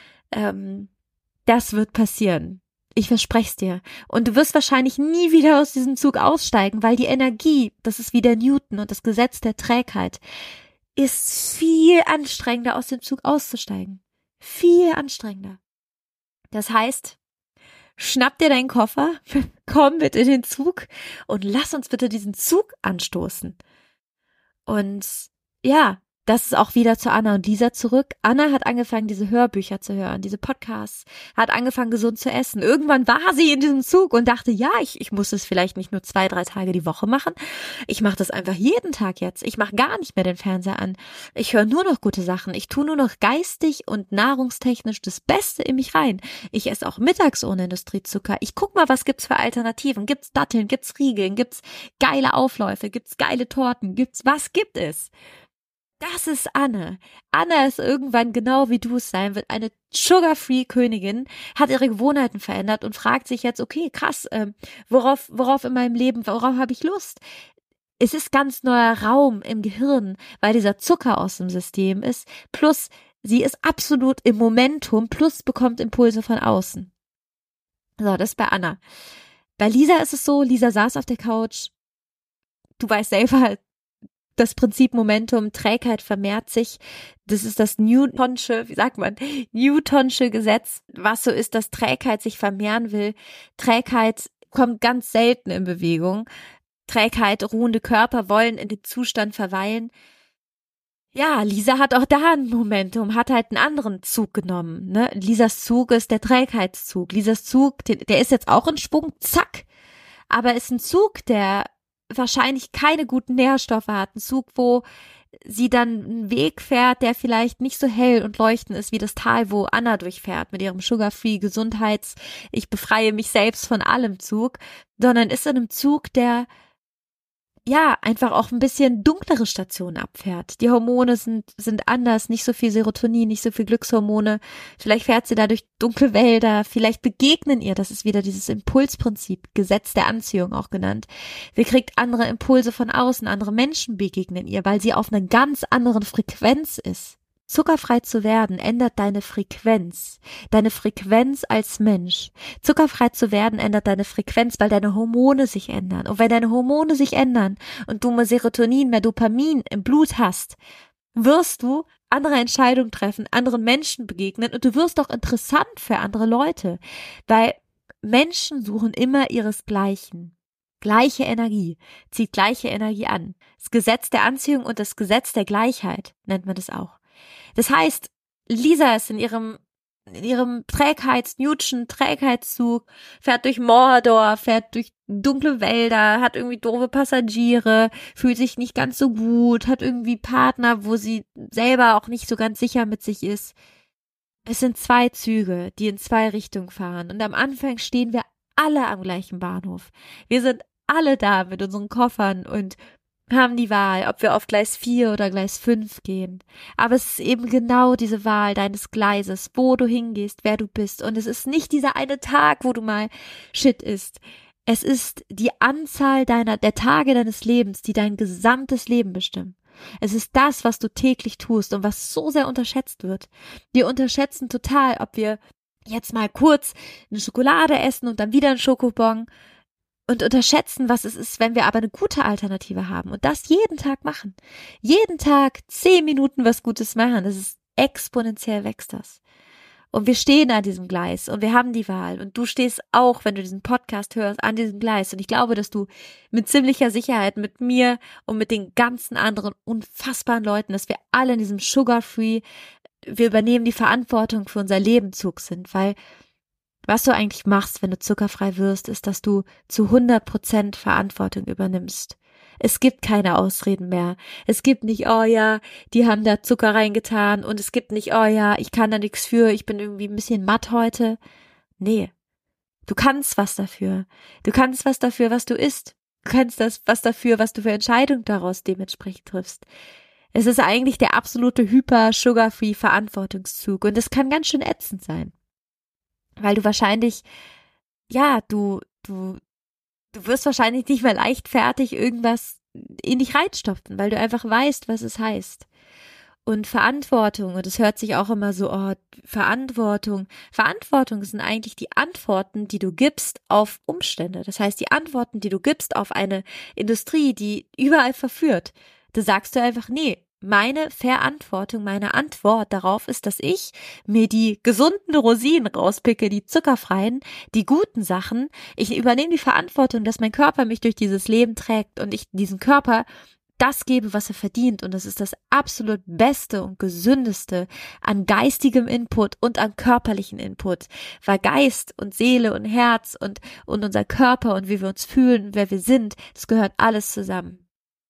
Ähm, das wird passieren. Ich verspreche es dir. Und du wirst wahrscheinlich nie wieder aus diesem Zug aussteigen, weil die Energie, das ist wie der Newton und das Gesetz der Trägheit, ist viel anstrengender, aus dem Zug auszusteigen. Viel anstrengender. Das heißt, schnapp dir deinen Koffer, komm mit in den Zug und lass uns bitte diesen Zug anstoßen. Und ja, das ist auch wieder zu Anna und Lisa zurück. Anna hat angefangen, diese Hörbücher zu hören, diese Podcasts, hat angefangen, gesund zu essen. Irgendwann war sie in diesem Zug und dachte, ja, ich, ich muss es vielleicht nicht nur zwei, drei Tage die Woche machen. Ich mache das einfach jeden Tag jetzt. Ich mache gar nicht mehr den Fernseher an. Ich höre nur noch gute Sachen. Ich tue nur noch geistig und nahrungstechnisch das Beste in mich rein. Ich esse auch mittags ohne Industriezucker. Ich guck mal, was gibt's für Alternativen. Gibt's Datteln, gibt's Riegeln, gibt's geile Aufläufe, gibt's geile Torten, gibt's, was gibt es? Das ist Anne. Anna ist irgendwann genau wie du es sein wird, eine Sugar-Free-Königin, hat ihre Gewohnheiten verändert und fragt sich jetzt, okay, krass, ähm, worauf, worauf in meinem Leben, worauf habe ich Lust? Es ist ganz neuer Raum im Gehirn, weil dieser Zucker aus dem System ist, plus sie ist absolut im Momentum, plus bekommt Impulse von außen. So, das ist bei Anna. Bei Lisa ist es so, Lisa saß auf der Couch, du weißt selber, das Prinzip Momentum, Trägheit vermehrt sich. Das ist das Newtonsche, wie sagt man, Newtonsche Gesetz, was so ist, dass Trägheit sich vermehren will. Trägheit kommt ganz selten in Bewegung. Trägheit, ruhende Körper wollen in dem Zustand verweilen. Ja, Lisa hat auch da ein Momentum, hat halt einen anderen Zug genommen. Ne? Lisas Zug ist der Trägheitszug. Lisas Zug, der ist jetzt auch in Schwung, zack. Aber ist ein Zug, der wahrscheinlich keine guten Nährstoffe hat. Ein Zug, wo sie dann einen Weg fährt, der vielleicht nicht so hell und leuchtend ist wie das Tal, wo Anna durchfährt mit ihrem Sugar-Free Gesundheits, ich befreie mich selbst von allem Zug, sondern ist in einem Zug, der ja einfach auch ein bisschen dunklere Stationen abfährt. Die Hormone sind sind anders, nicht so viel Serotonin, nicht so viel Glückshormone. Vielleicht fährt sie da durch dunkle Wälder, vielleicht begegnen ihr, das ist wieder dieses Impulsprinzip, Gesetz der Anziehung auch genannt. Sie kriegt andere Impulse von außen, andere Menschen begegnen ihr, weil sie auf einer ganz anderen Frequenz ist. Zuckerfrei zu werden ändert deine Frequenz, deine Frequenz als Mensch. Zuckerfrei zu werden ändert deine Frequenz, weil deine Hormone sich ändern. Und wenn deine Hormone sich ändern und du mehr Serotonin, mehr Dopamin im Blut hast, wirst du andere Entscheidungen treffen, anderen Menschen begegnen und du wirst auch interessant für andere Leute, weil Menschen suchen immer ihresgleichen. Gleiche Energie, zieht gleiche Energie an. Das Gesetz der Anziehung und das Gesetz der Gleichheit nennt man das auch. Das heißt, Lisa ist in ihrem in ihrem Trägheits, Newton Trägheitszug, fährt durch Mordor, fährt durch dunkle Wälder, hat irgendwie doofe Passagiere, fühlt sich nicht ganz so gut, hat irgendwie Partner, wo sie selber auch nicht so ganz sicher mit sich ist. Es sind zwei Züge, die in zwei Richtungen fahren und am Anfang stehen wir alle am gleichen Bahnhof. Wir sind alle da mit unseren Koffern und haben die Wahl, ob wir auf Gleis vier oder Gleis fünf gehen. Aber es ist eben genau diese Wahl deines Gleises, wo du hingehst, wer du bist. Und es ist nicht dieser eine Tag, wo du mal Shit isst. Es ist die Anzahl deiner, der Tage deines Lebens, die dein gesamtes Leben bestimmen. Es ist das, was du täglich tust und was so sehr unterschätzt wird. Wir unterschätzen total, ob wir jetzt mal kurz eine Schokolade essen und dann wieder einen Schokobon und unterschätzen, was es ist, wenn wir aber eine gute Alternative haben und das jeden Tag machen. Jeden Tag zehn Minuten was Gutes machen. Das ist exponentiell wächst das. Und wir stehen an diesem Gleis und wir haben die Wahl und du stehst auch, wenn du diesen Podcast hörst, an diesem Gleis und ich glaube, dass du mit ziemlicher Sicherheit mit mir und mit den ganzen anderen unfassbaren Leuten, dass wir alle in diesem Sugar-Free, wir übernehmen die Verantwortung für unser Lebenzug sind, weil was du eigentlich machst, wenn du zuckerfrei wirst, ist, dass du zu hundert Prozent Verantwortung übernimmst. Es gibt keine Ausreden mehr. Es gibt nicht, oh ja, die haben da Zucker reingetan und es gibt nicht, oh ja, ich kann da nichts für, ich bin irgendwie ein bisschen matt heute. Nee, du kannst was dafür. Du kannst was dafür, was du isst. Du kannst das was dafür, was du für Entscheidungen daraus dementsprechend triffst. Es ist eigentlich der absolute Hyper-Sugar-Free-Verantwortungszug und es kann ganz schön ätzend sein. Weil du wahrscheinlich, ja, du, du, du wirst wahrscheinlich nicht mehr leichtfertig irgendwas in dich reinstopfen, weil du einfach weißt, was es heißt. Und Verantwortung, und es hört sich auch immer so, oh, Verantwortung. Verantwortung sind eigentlich die Antworten, die du gibst auf Umstände. Das heißt, die Antworten, die du gibst auf eine Industrie, die überall verführt. Da sagst du einfach, nee, meine Verantwortung, meine Antwort darauf ist, dass ich mir die gesunden Rosinen rauspicke, die zuckerfreien, die guten Sachen. Ich übernehme die Verantwortung, dass mein Körper mich durch dieses Leben trägt und ich diesem Körper das gebe, was er verdient. Und das ist das absolut Beste und Gesündeste an geistigem Input und an körperlichen Input. Weil Geist und Seele und Herz und, und unser Körper und wie wir uns fühlen, wer wir sind, das gehört alles zusammen.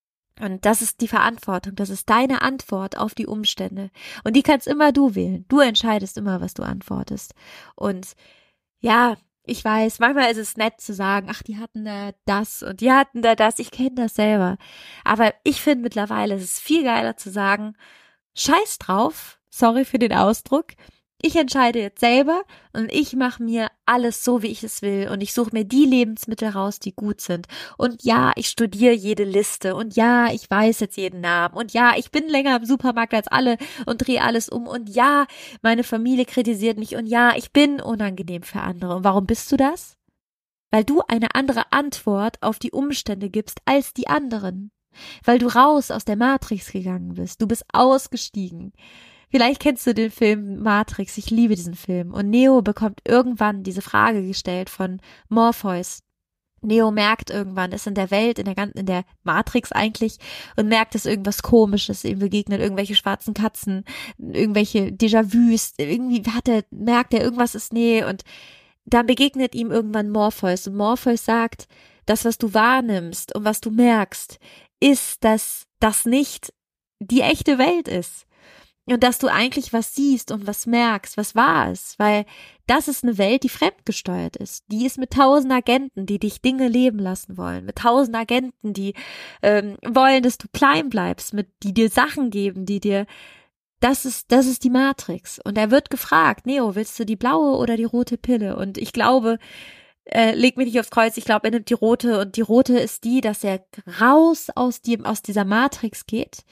Und das ist die Verantwortung, das ist deine Antwort auf die Umstände. Und die kannst immer du wählen. Du entscheidest immer, was du antwortest. Und ja, ich weiß, manchmal ist es nett zu sagen, ach, die hatten da das und die hatten da das. Ich kenne das selber. Aber ich finde mittlerweile, es ist viel geiler zu sagen, scheiß drauf, sorry für den Ausdruck, ich entscheide jetzt selber und ich mache mir alles so, wie ich es will und ich suche mir die Lebensmittel raus, die gut sind. Und ja, ich studiere jede Liste und ja, ich weiß jetzt jeden Namen und ja, ich bin länger im Supermarkt als alle und drehe alles um und ja, meine Familie kritisiert mich und ja, ich bin unangenehm für andere. Und warum bist du das? Weil du eine andere Antwort auf die Umstände gibst als die anderen. Weil du raus aus der Matrix gegangen bist. Du bist ausgestiegen. Vielleicht kennst du den Film Matrix, ich liebe diesen Film. Und Neo bekommt irgendwann diese Frage gestellt von Morpheus. Neo merkt irgendwann, ist in der Welt, in der ganzen, in der Matrix eigentlich, und merkt, dass irgendwas Komisches, ihm begegnet irgendwelche schwarzen Katzen, irgendwelche Déjà-vus, irgendwie hat er, merkt er, irgendwas ist nee, und dann begegnet ihm irgendwann Morpheus. Und Morpheus sagt, das, was du wahrnimmst und was du merkst, ist, dass das nicht die echte Welt ist. Und dass du eigentlich was siehst und was merkst, was wahr ist, weil das ist eine Welt, die fremdgesteuert ist. Die ist mit tausend Agenten, die dich Dinge leben lassen wollen, mit tausend Agenten, die ähm, wollen, dass du klein bleibst, mit die dir Sachen geben, die dir, das ist, das ist die Matrix. Und er wird gefragt, Neo, willst du die blaue oder die rote Pille? Und ich glaube, äh, leg mich nicht aufs Kreuz, ich glaube, er nimmt die rote und die rote ist die, dass er raus aus dem, aus dieser Matrix geht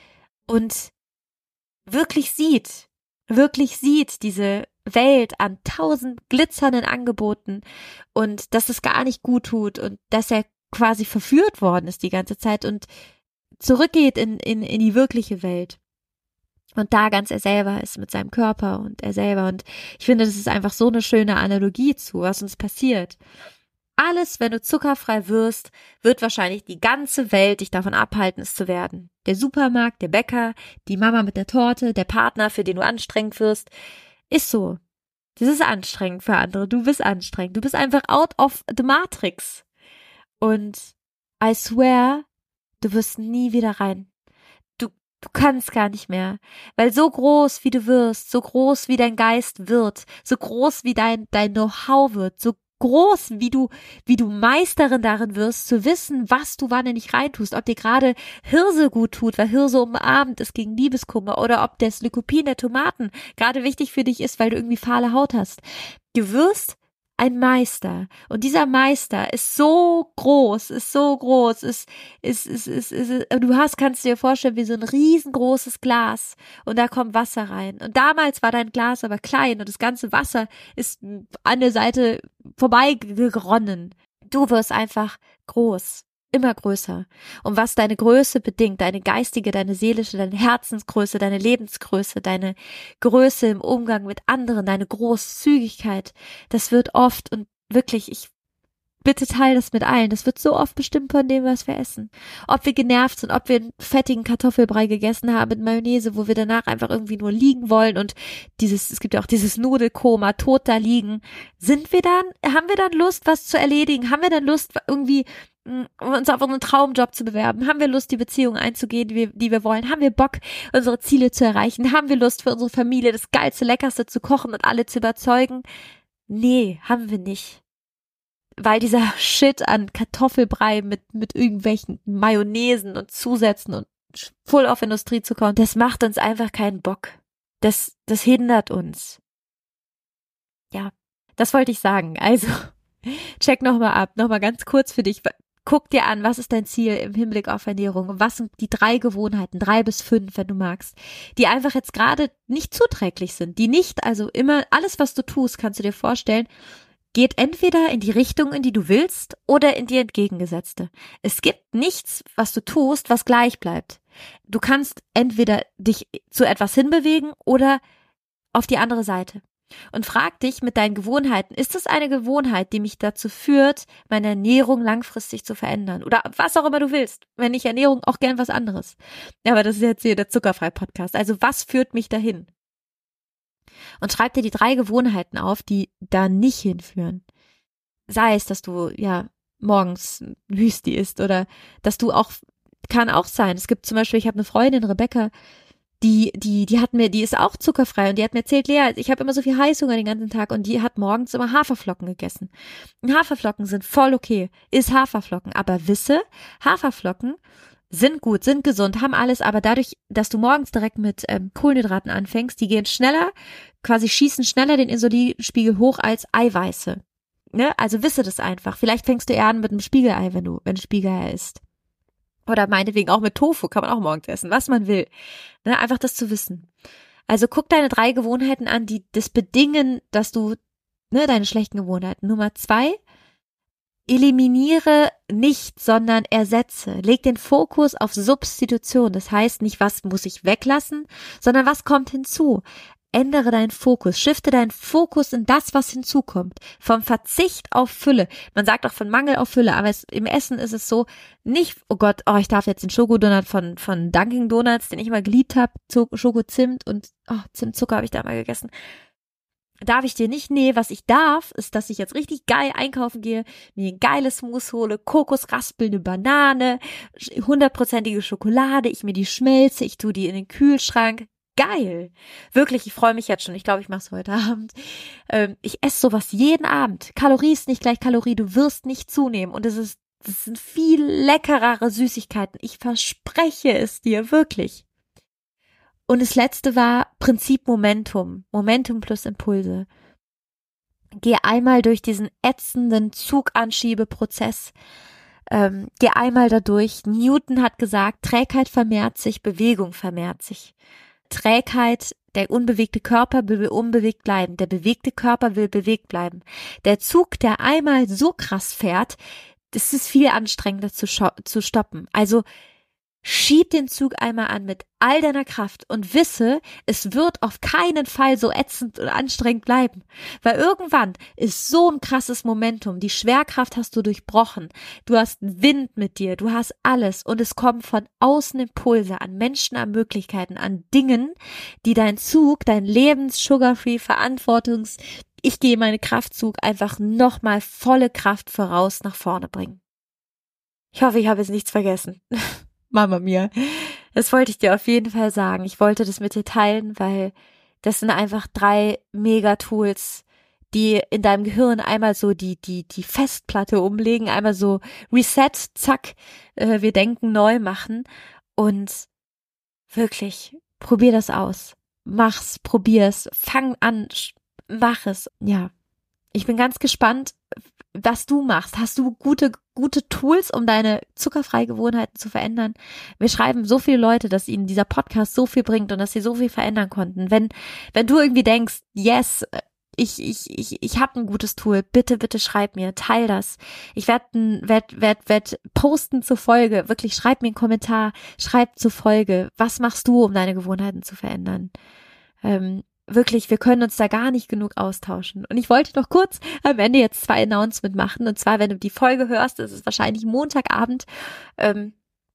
und wirklich sieht, wirklich sieht diese Welt an tausend glitzernden Angeboten und dass es gar nicht gut tut und dass er quasi verführt worden ist die ganze Zeit und zurückgeht in, in, in die wirkliche Welt. und da ganz er selber ist mit seinem Körper und er selber. Und ich finde, das ist einfach so eine schöne Analogie zu, was uns passiert. Alles, wenn du zuckerfrei wirst, wird wahrscheinlich die ganze Welt dich davon abhalten, es zu werden. Der Supermarkt, der Bäcker, die Mama mit der Torte, der Partner, für den du anstrengend wirst. Ist so. Das ist anstrengend für andere. Du bist anstrengend. Du bist einfach out of the matrix. Und I swear, du wirst nie wieder rein. Du, du kannst gar nicht mehr. Weil so groß, wie du wirst, so groß, wie dein Geist wird, so groß, wie dein, dein Know-how wird, so groß, wie du, wie du Meisterin darin wirst, zu wissen, was du wann nicht reintust, ob dir gerade Hirse gut tut, weil Hirse umarmt ist gegen Liebeskummer, oder ob das Lycopin der Tomaten gerade wichtig für dich ist, weil du irgendwie fahle Haut hast. Du wirst ein Meister. Und dieser Meister ist so groß, ist so groß, ist, ist, ist, ist, ist, ist du hast, kannst dir vorstellen, wie so ein riesengroßes Glas und da kommt Wasser rein. Und damals war dein Glas aber klein und das ganze Wasser ist an der Seite vorbeigeronnen. Du wirst einfach groß. Immer größer. Und was deine Größe bedingt, deine geistige, deine seelische, deine Herzensgröße, deine Lebensgröße, deine Größe im Umgang mit anderen, deine Großzügigkeit, das wird oft und wirklich, ich bitte teile das mit allen, das wird so oft bestimmt von dem, was wir essen. Ob wir genervt sind, ob wir einen fettigen Kartoffelbrei gegessen haben mit Mayonnaise, wo wir danach einfach irgendwie nur liegen wollen und dieses, es gibt ja auch dieses Nudelkoma, tot da liegen. Sind wir dann, haben wir dann Lust, was zu erledigen? Haben wir dann Lust, irgendwie uns auf unseren Traumjob zu bewerben? Haben wir Lust, die Beziehung einzugehen, die wir, die wir wollen? Haben wir Bock, unsere Ziele zu erreichen? Haben wir Lust, für unsere Familie das geilste, leckerste zu kochen und alle zu überzeugen? Nee, haben wir nicht. Weil dieser Shit an Kartoffelbrei mit, mit irgendwelchen Mayonnaisen und Zusätzen und voll auf Industrie zu kommen, das macht uns einfach keinen Bock. Das, das hindert uns. Ja, das wollte ich sagen. Also, check nochmal ab, nochmal ganz kurz für dich. Guck dir an, was ist dein Ziel im Hinblick auf Ernährung? Was sind die drei Gewohnheiten, drei bis fünf, wenn du magst, die einfach jetzt gerade nicht zuträglich sind, die nicht, also immer, alles, was du tust, kannst du dir vorstellen, geht entweder in die Richtung, in die du willst, oder in die entgegengesetzte. Es gibt nichts, was du tust, was gleich bleibt. Du kannst entweder dich zu etwas hinbewegen oder auf die andere Seite. Und frag dich mit deinen Gewohnheiten, ist das eine Gewohnheit, die mich dazu führt, meine Ernährung langfristig zu verändern? Oder was auch immer du willst. Wenn nicht Ernährung, auch gern was anderes. Ja, aber das ist jetzt hier der Zuckerfrei-Podcast. Also was führt mich dahin? Und schreib dir die drei Gewohnheiten auf, die da nicht hinführen. Sei es, dass du ja morgens Müsli isst oder dass du auch, kann auch sein. Es gibt zum Beispiel, ich habe eine Freundin, Rebecca, die, die, die hat mir, die ist auch zuckerfrei und die hat mir erzählt, Lea, ich habe immer so viel Heißhunger den ganzen Tag und die hat morgens immer Haferflocken gegessen. Und Haferflocken sind voll okay, ist Haferflocken, aber wisse, Haferflocken sind gut, sind gesund, haben alles, aber dadurch, dass du morgens direkt mit ähm, Kohlenhydraten anfängst, die gehen schneller, quasi schießen schneller den Insulinspiegel hoch als Eiweiße. Ne? Also wisse das einfach. Vielleicht fängst du eher an mit einem Spiegelei, wenn du, wenn du Spiegelei isst. Oder meinetwegen auch mit Tofu, kann man auch morgens essen, was man will. Ne, einfach das zu wissen. Also guck deine drei Gewohnheiten an, die das bedingen, dass du, ne, deine schlechten Gewohnheiten. Nummer zwei, eliminiere nicht, sondern ersetze. Leg den Fokus auf Substitution. Das heißt nicht, was muss ich weglassen, sondern was kommt hinzu. Ändere deinen Fokus, shifte deinen Fokus in das, was hinzukommt. Vom Verzicht auf Fülle. Man sagt auch von Mangel auf Fülle, aber es, im Essen ist es so, nicht, oh Gott, oh, ich darf jetzt den Schokodonut von von Dunkin' Donuts, den ich mal geliebt habe, Schoko-Zimt und oh, Zimtzucker habe ich da mal gegessen. Darf ich dir nicht? Nee, was ich darf, ist, dass ich jetzt richtig geil einkaufen gehe, mir ein geiles Mousse hole, Kokosraspel, eine Banane, hundertprozentige Schokolade, ich mir die schmelze, ich tue die in den Kühlschrank. Geil. Wirklich, ich freue mich jetzt schon. Ich glaube, ich mache es heute Abend. Ähm, ich esse sowas jeden Abend. Kalorie ist nicht gleich Kalorie. Du wirst nicht zunehmen. Und es ist, das sind viel leckerere Süßigkeiten. Ich verspreche es dir, wirklich. Und das letzte war Prinzip Momentum. Momentum plus Impulse. Geh einmal durch diesen ätzenden Zuganschiebeprozess. Ähm, geh einmal dadurch. Newton hat gesagt, Trägheit vermehrt sich, Bewegung vermehrt sich. Trägheit, der unbewegte Körper will unbewegt bleiben, der bewegte Körper will bewegt bleiben. Der Zug, der einmal so krass fährt, das ist viel anstrengender zu, scho- zu stoppen. Also Schieb den Zug einmal an mit all deiner Kraft und wisse, es wird auf keinen Fall so ätzend und anstrengend bleiben. Weil irgendwann ist so ein krasses Momentum, die Schwerkraft hast du durchbrochen, du hast Wind mit dir, du hast alles und es kommen von außen Impulse an Menschen, an Möglichkeiten, an Dingen, die dein Zug, dein Lebens-Sugar-Free, Verantwortungs-, ich gehe meine Kraftzug einfach nochmal volle Kraft voraus nach vorne bringen. Ich hoffe, ich habe jetzt nichts vergessen. Mama mia. Das wollte ich dir auf jeden Fall sagen. Ich wollte das mit dir teilen, weil das sind einfach drei Mega-Tools, die in deinem Gehirn einmal so die die die Festplatte umlegen, einmal so Reset, zack, äh, wir denken neu machen und wirklich, probier das aus. Mach's, probier's, fang an, mach es. Ja, ich bin ganz gespannt, was du machst. Hast du gute gute Tools, um deine zuckerfreie Gewohnheiten zu verändern? Wir schreiben so viele Leute, dass ihnen dieser Podcast so viel bringt und dass sie so viel verändern konnten. Wenn wenn du irgendwie denkst, yes, ich ich ich ich habe ein gutes Tool, bitte bitte schreib mir, teil das. Ich werde werd, werd, werd posten zur Folge. Wirklich, schreib mir einen Kommentar, schreib zur Folge. Was machst du, um deine Gewohnheiten zu verändern? Ähm, Wirklich, wir können uns da gar nicht genug austauschen. Und ich wollte noch kurz am Ende jetzt zwei Announcements machen. Und zwar, wenn du die Folge hörst, ist es wahrscheinlich Montagabend ähm,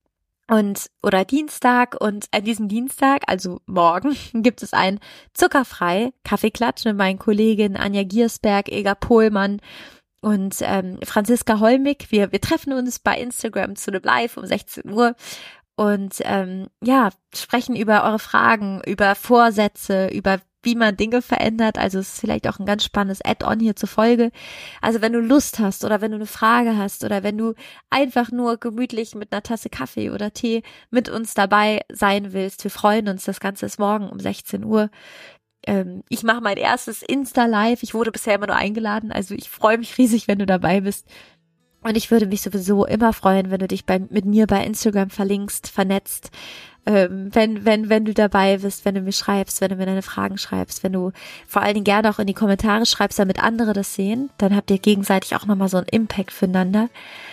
und oder Dienstag. Und an diesem Dienstag, also morgen, gibt es ein zuckerfrei Kaffeeklatsch mit meinen Kolleginnen Anja Giersberg, Ega Pohlmann und ähm, Franziska Holmig. Wir, wir treffen uns bei Instagram zu einem Live um sechzehn Uhr. Und ähm, ja, sprechen über eure Fragen, über Vorsätze, über wie man Dinge verändert. Also es ist vielleicht auch ein ganz spannendes Add-on hier zur Folge. Also wenn du Lust hast oder wenn du eine Frage hast oder wenn du einfach nur gemütlich mit einer Tasse Kaffee oder Tee mit uns dabei sein willst, wir freuen uns. Das Ganze ist morgen um sechzehn Uhr. Ähm, ich mache mein erstes Insta-Live. Ich wurde bisher immer nur eingeladen. Also ich freue mich riesig, wenn du dabei bist. Und ich würde mich sowieso immer freuen, wenn du dich bei, mit mir bei Instagram verlinkst, vernetzt, ähm, wenn, wenn, wenn du dabei bist, wenn du mir schreibst, wenn du mir deine Fragen schreibst, wenn du vor allen Dingen gerne auch in die Kommentare schreibst, damit andere das sehen, dann habt ihr gegenseitig auch nochmal so einen Impact füreinander.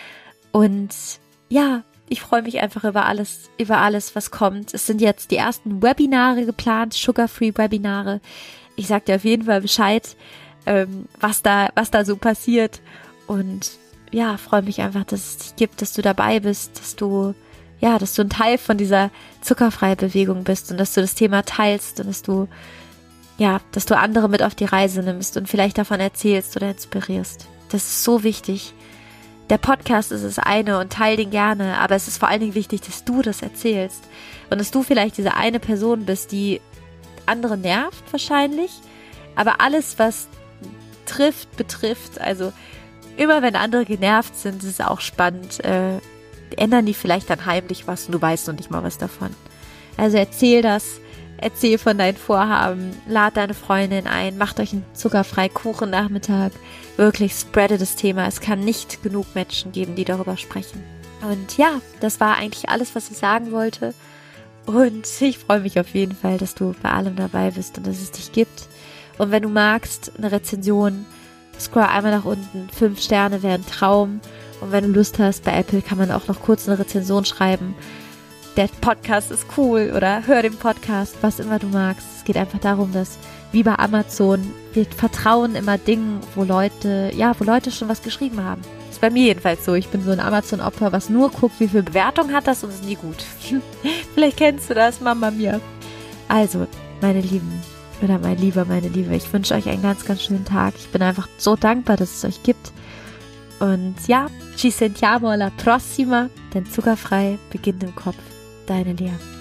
Und ja, ich freue mich einfach über alles, über alles, was kommt. Es sind jetzt die ersten Webinare geplant, Sugar-Free-Webinare. Ich sag dir auf jeden Fall Bescheid, ähm, was da, was da so passiert. Und ja, freue mich einfach, dass es dich gibt, dass du dabei bist, dass du, ja, dass du ein Teil von dieser zuckerfreien Bewegung bist und dass du das Thema teilst und dass du, ja, dass du andere mit auf die Reise nimmst und vielleicht davon erzählst oder inspirierst. Das ist so wichtig. Der Podcast ist das eine und teil den gerne, aber es ist vor allen Dingen wichtig, dass du das erzählst und dass du vielleicht diese eine Person bist, die andere nervt wahrscheinlich, aber alles, was trifft, betrifft, also immer wenn andere genervt sind, ist es auch spannend, äh, ändern die vielleicht dann heimlich was und du weißt noch nicht mal was davon. Also erzähl das, erzähl von deinen Vorhaben, lad deine Freundin ein, macht euch einen zuckerfreien Kuchennachmittag, wirklich spreade das Thema. Es kann nicht genug Menschen geben, die darüber sprechen. Und ja, das war eigentlich alles, was ich sagen wollte. Und ich freue mich auf jeden Fall, dass du bei allem dabei bist und dass es dich gibt. Und wenn du magst, eine Rezension, scroll einmal nach unten, fünf Sterne wäre ein Traum. Und wenn du Lust hast, bei Apple kann man auch noch kurz eine Rezension schreiben. Der Podcast ist cool oder hör den Podcast, was immer du magst. Es geht einfach darum, dass, wie bei Amazon, wir vertrauen immer Dingen, wo Leute, ja, wo Leute schon was geschrieben haben. Das ist bei mir jedenfalls so. Ich bin so ein Amazon-Opfer, was nur guckt, wie viel Bewertung hat das und ist nie gut. Vielleicht kennst du das, Mama mia. Also, meine Lieben, oder mein Lieber, meine Liebe, ich wünsche euch einen ganz, ganz schönen Tag. Ich bin einfach so dankbar, dass es euch gibt. Und ja, ci sentiamo alla prossima, denn zuckerfrei beginnt im Kopf. Deine Lea.